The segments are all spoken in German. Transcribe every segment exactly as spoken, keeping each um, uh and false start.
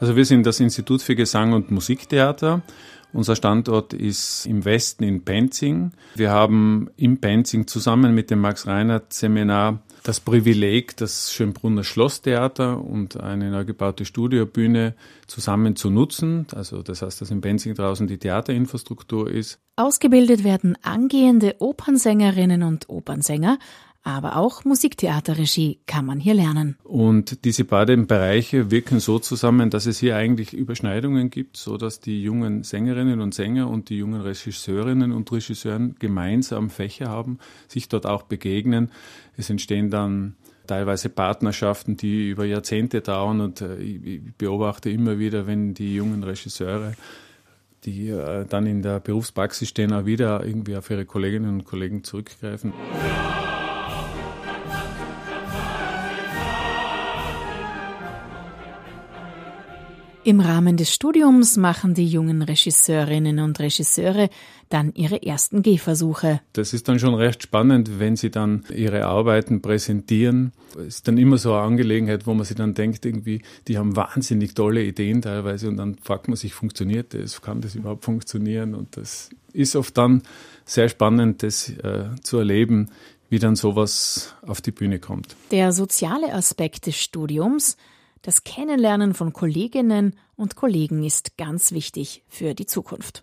Also wir sind das Institut für Gesang und Musiktheater. Unser Standort ist im Westen in Penzing. Wir haben in Penzing zusammen mit dem Max-Reinhardt-Seminar das Privileg, das Schönbrunner Schlosstheater und eine neu gebaute Studiobühne zusammen zu nutzen. Also das heißt, dass in Penzing draußen die Theaterinfrastruktur ist. Ausgebildet werden angehende Opernsängerinnen und Opernsänger, aber auch Musiktheaterregie kann man hier lernen. Und diese beiden Bereiche wirken so zusammen, dass es hier eigentlich Überschneidungen gibt, so dass die jungen Sängerinnen und Sänger und die jungen Regisseurinnen und Regisseuren gemeinsam Fächer haben, sich dort auch begegnen. Es entstehen dann teilweise Partnerschaften, die über Jahrzehnte dauern, und ich beobachte immer wieder, wenn die jungen Regisseure, die dann in der Berufspraxis stehen, auch wieder irgendwie auf ihre Kolleginnen und Kollegen zurückgreifen. Im Rahmen des Studiums machen die jungen Regisseurinnen und Regisseure dann ihre ersten Gehversuche. Das ist dann schon recht spannend, wenn sie dann ihre Arbeiten präsentieren. Es ist dann immer so eine Angelegenheit, wo man sich dann denkt, irgendwie, die haben wahnsinnig tolle Ideen teilweise, und dann fragt man sich, funktioniert das? Kann das überhaupt funktionieren? Und das ist oft dann sehr spannend, das äh, zu erleben, wie dann sowas auf die Bühne kommt. Der soziale Aspekt des Studiums, das Kennenlernen von Kolleginnen und Kollegen, ist ganz wichtig für die Zukunft.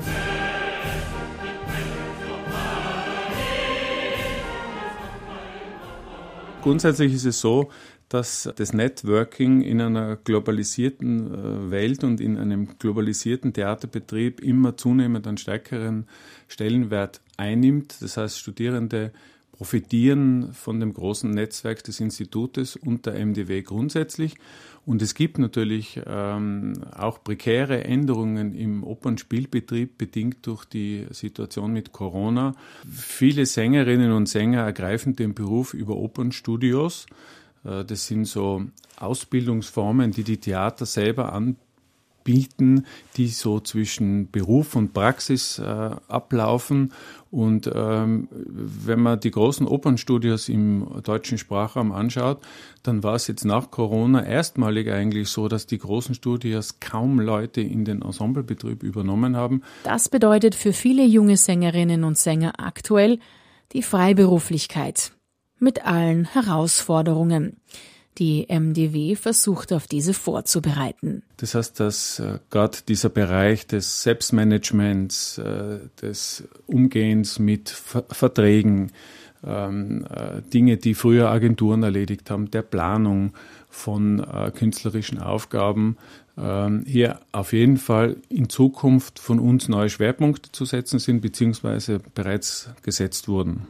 Grundsätzlich ist es so, dass das Networking in einer globalisierten Welt und in einem globalisierten Theaterbetrieb immer zunehmend einen stärkeren Stellenwert einnimmt. Das heißt, Studierende profitieren von dem großen Netzwerk des Institutes und der M D W grundsätzlich. Und es gibt natürlich ähm, auch prekäre Änderungen im Opernspielbetrieb, bedingt durch die Situation mit Corona. Viele Sängerinnen und Sänger ergreifen den Beruf über Opernstudios. Äh, das sind so Ausbildungsformen, die die Theater selber anbieten. bieten, die so zwischen Beruf und Praxis äh, ablaufen. Und ähm, wenn man die großen Opernstudios im deutschen Sprachraum anschaut, dann war es jetzt nach Corona erstmalig eigentlich so, dass die großen Studios kaum Leute in den Ensemblebetrieb übernommen haben. Das bedeutet für viele junge Sängerinnen und Sänger aktuell die Freiberuflichkeit mit allen Herausforderungen. Die M D W versucht, auf diese vorzubereiten. Das heißt, dass äh, gerade dieser Bereich des Selbstmanagements, äh, des Umgehens mit Ver- Verträgen, ähm, äh, Dinge, die früher Agenturen erledigt haben, der Planung von äh, künstlerischen Aufgaben, äh, hier auf jeden Fall in Zukunft von uns neue Schwerpunkte zu setzen sind, beziehungsweise bereits gesetzt wurden.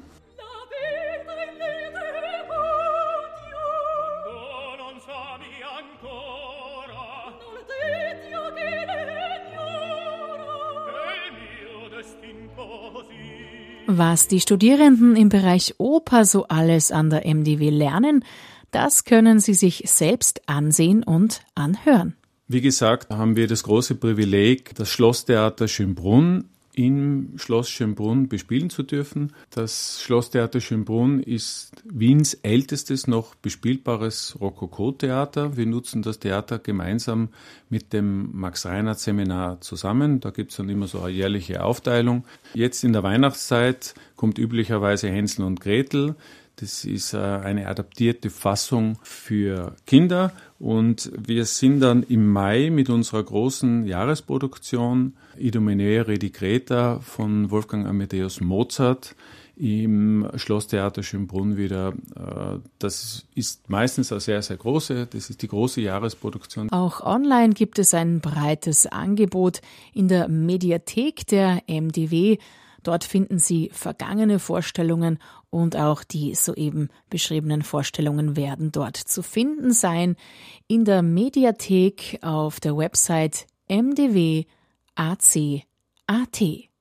Was die Studierenden im Bereich Oper so alles an der M D W lernen, das können sie sich selbst ansehen und anhören. Wie gesagt, haben wir das große Privileg, das Schlosstheater Schönbrunn im Schloss Schönbrunn bespielen zu dürfen. Das Schlosstheater Schönbrunn ist Wiens ältestes noch bespielbares Rokoko-Theater. Wir nutzen das Theater gemeinsam mit dem Max-Reinhardt-Seminar zusammen. Da gibt es dann immer so eine jährliche Aufteilung. Jetzt in der Weihnachtszeit kommt üblicherweise Hänsel und Gretel. Das ist eine adaptierte Fassung für Kinder, und wir sind dann im Mai mit unserer großen Jahresproduktion Idomeneo di Creta von Wolfgang Amadeus Mozart im Schlosstheater Schönbrunn wieder. Das ist meistens eine sehr, sehr große, das ist die große Jahresproduktion. Auch online gibt es ein breites Angebot in der Mediathek der M D W. Dort finden Sie vergangene Vorstellungen, und auch die soeben beschriebenen Vorstellungen werden dort zu finden sein. In der Mediathek auf der Website m d w punkt a c punkt a t.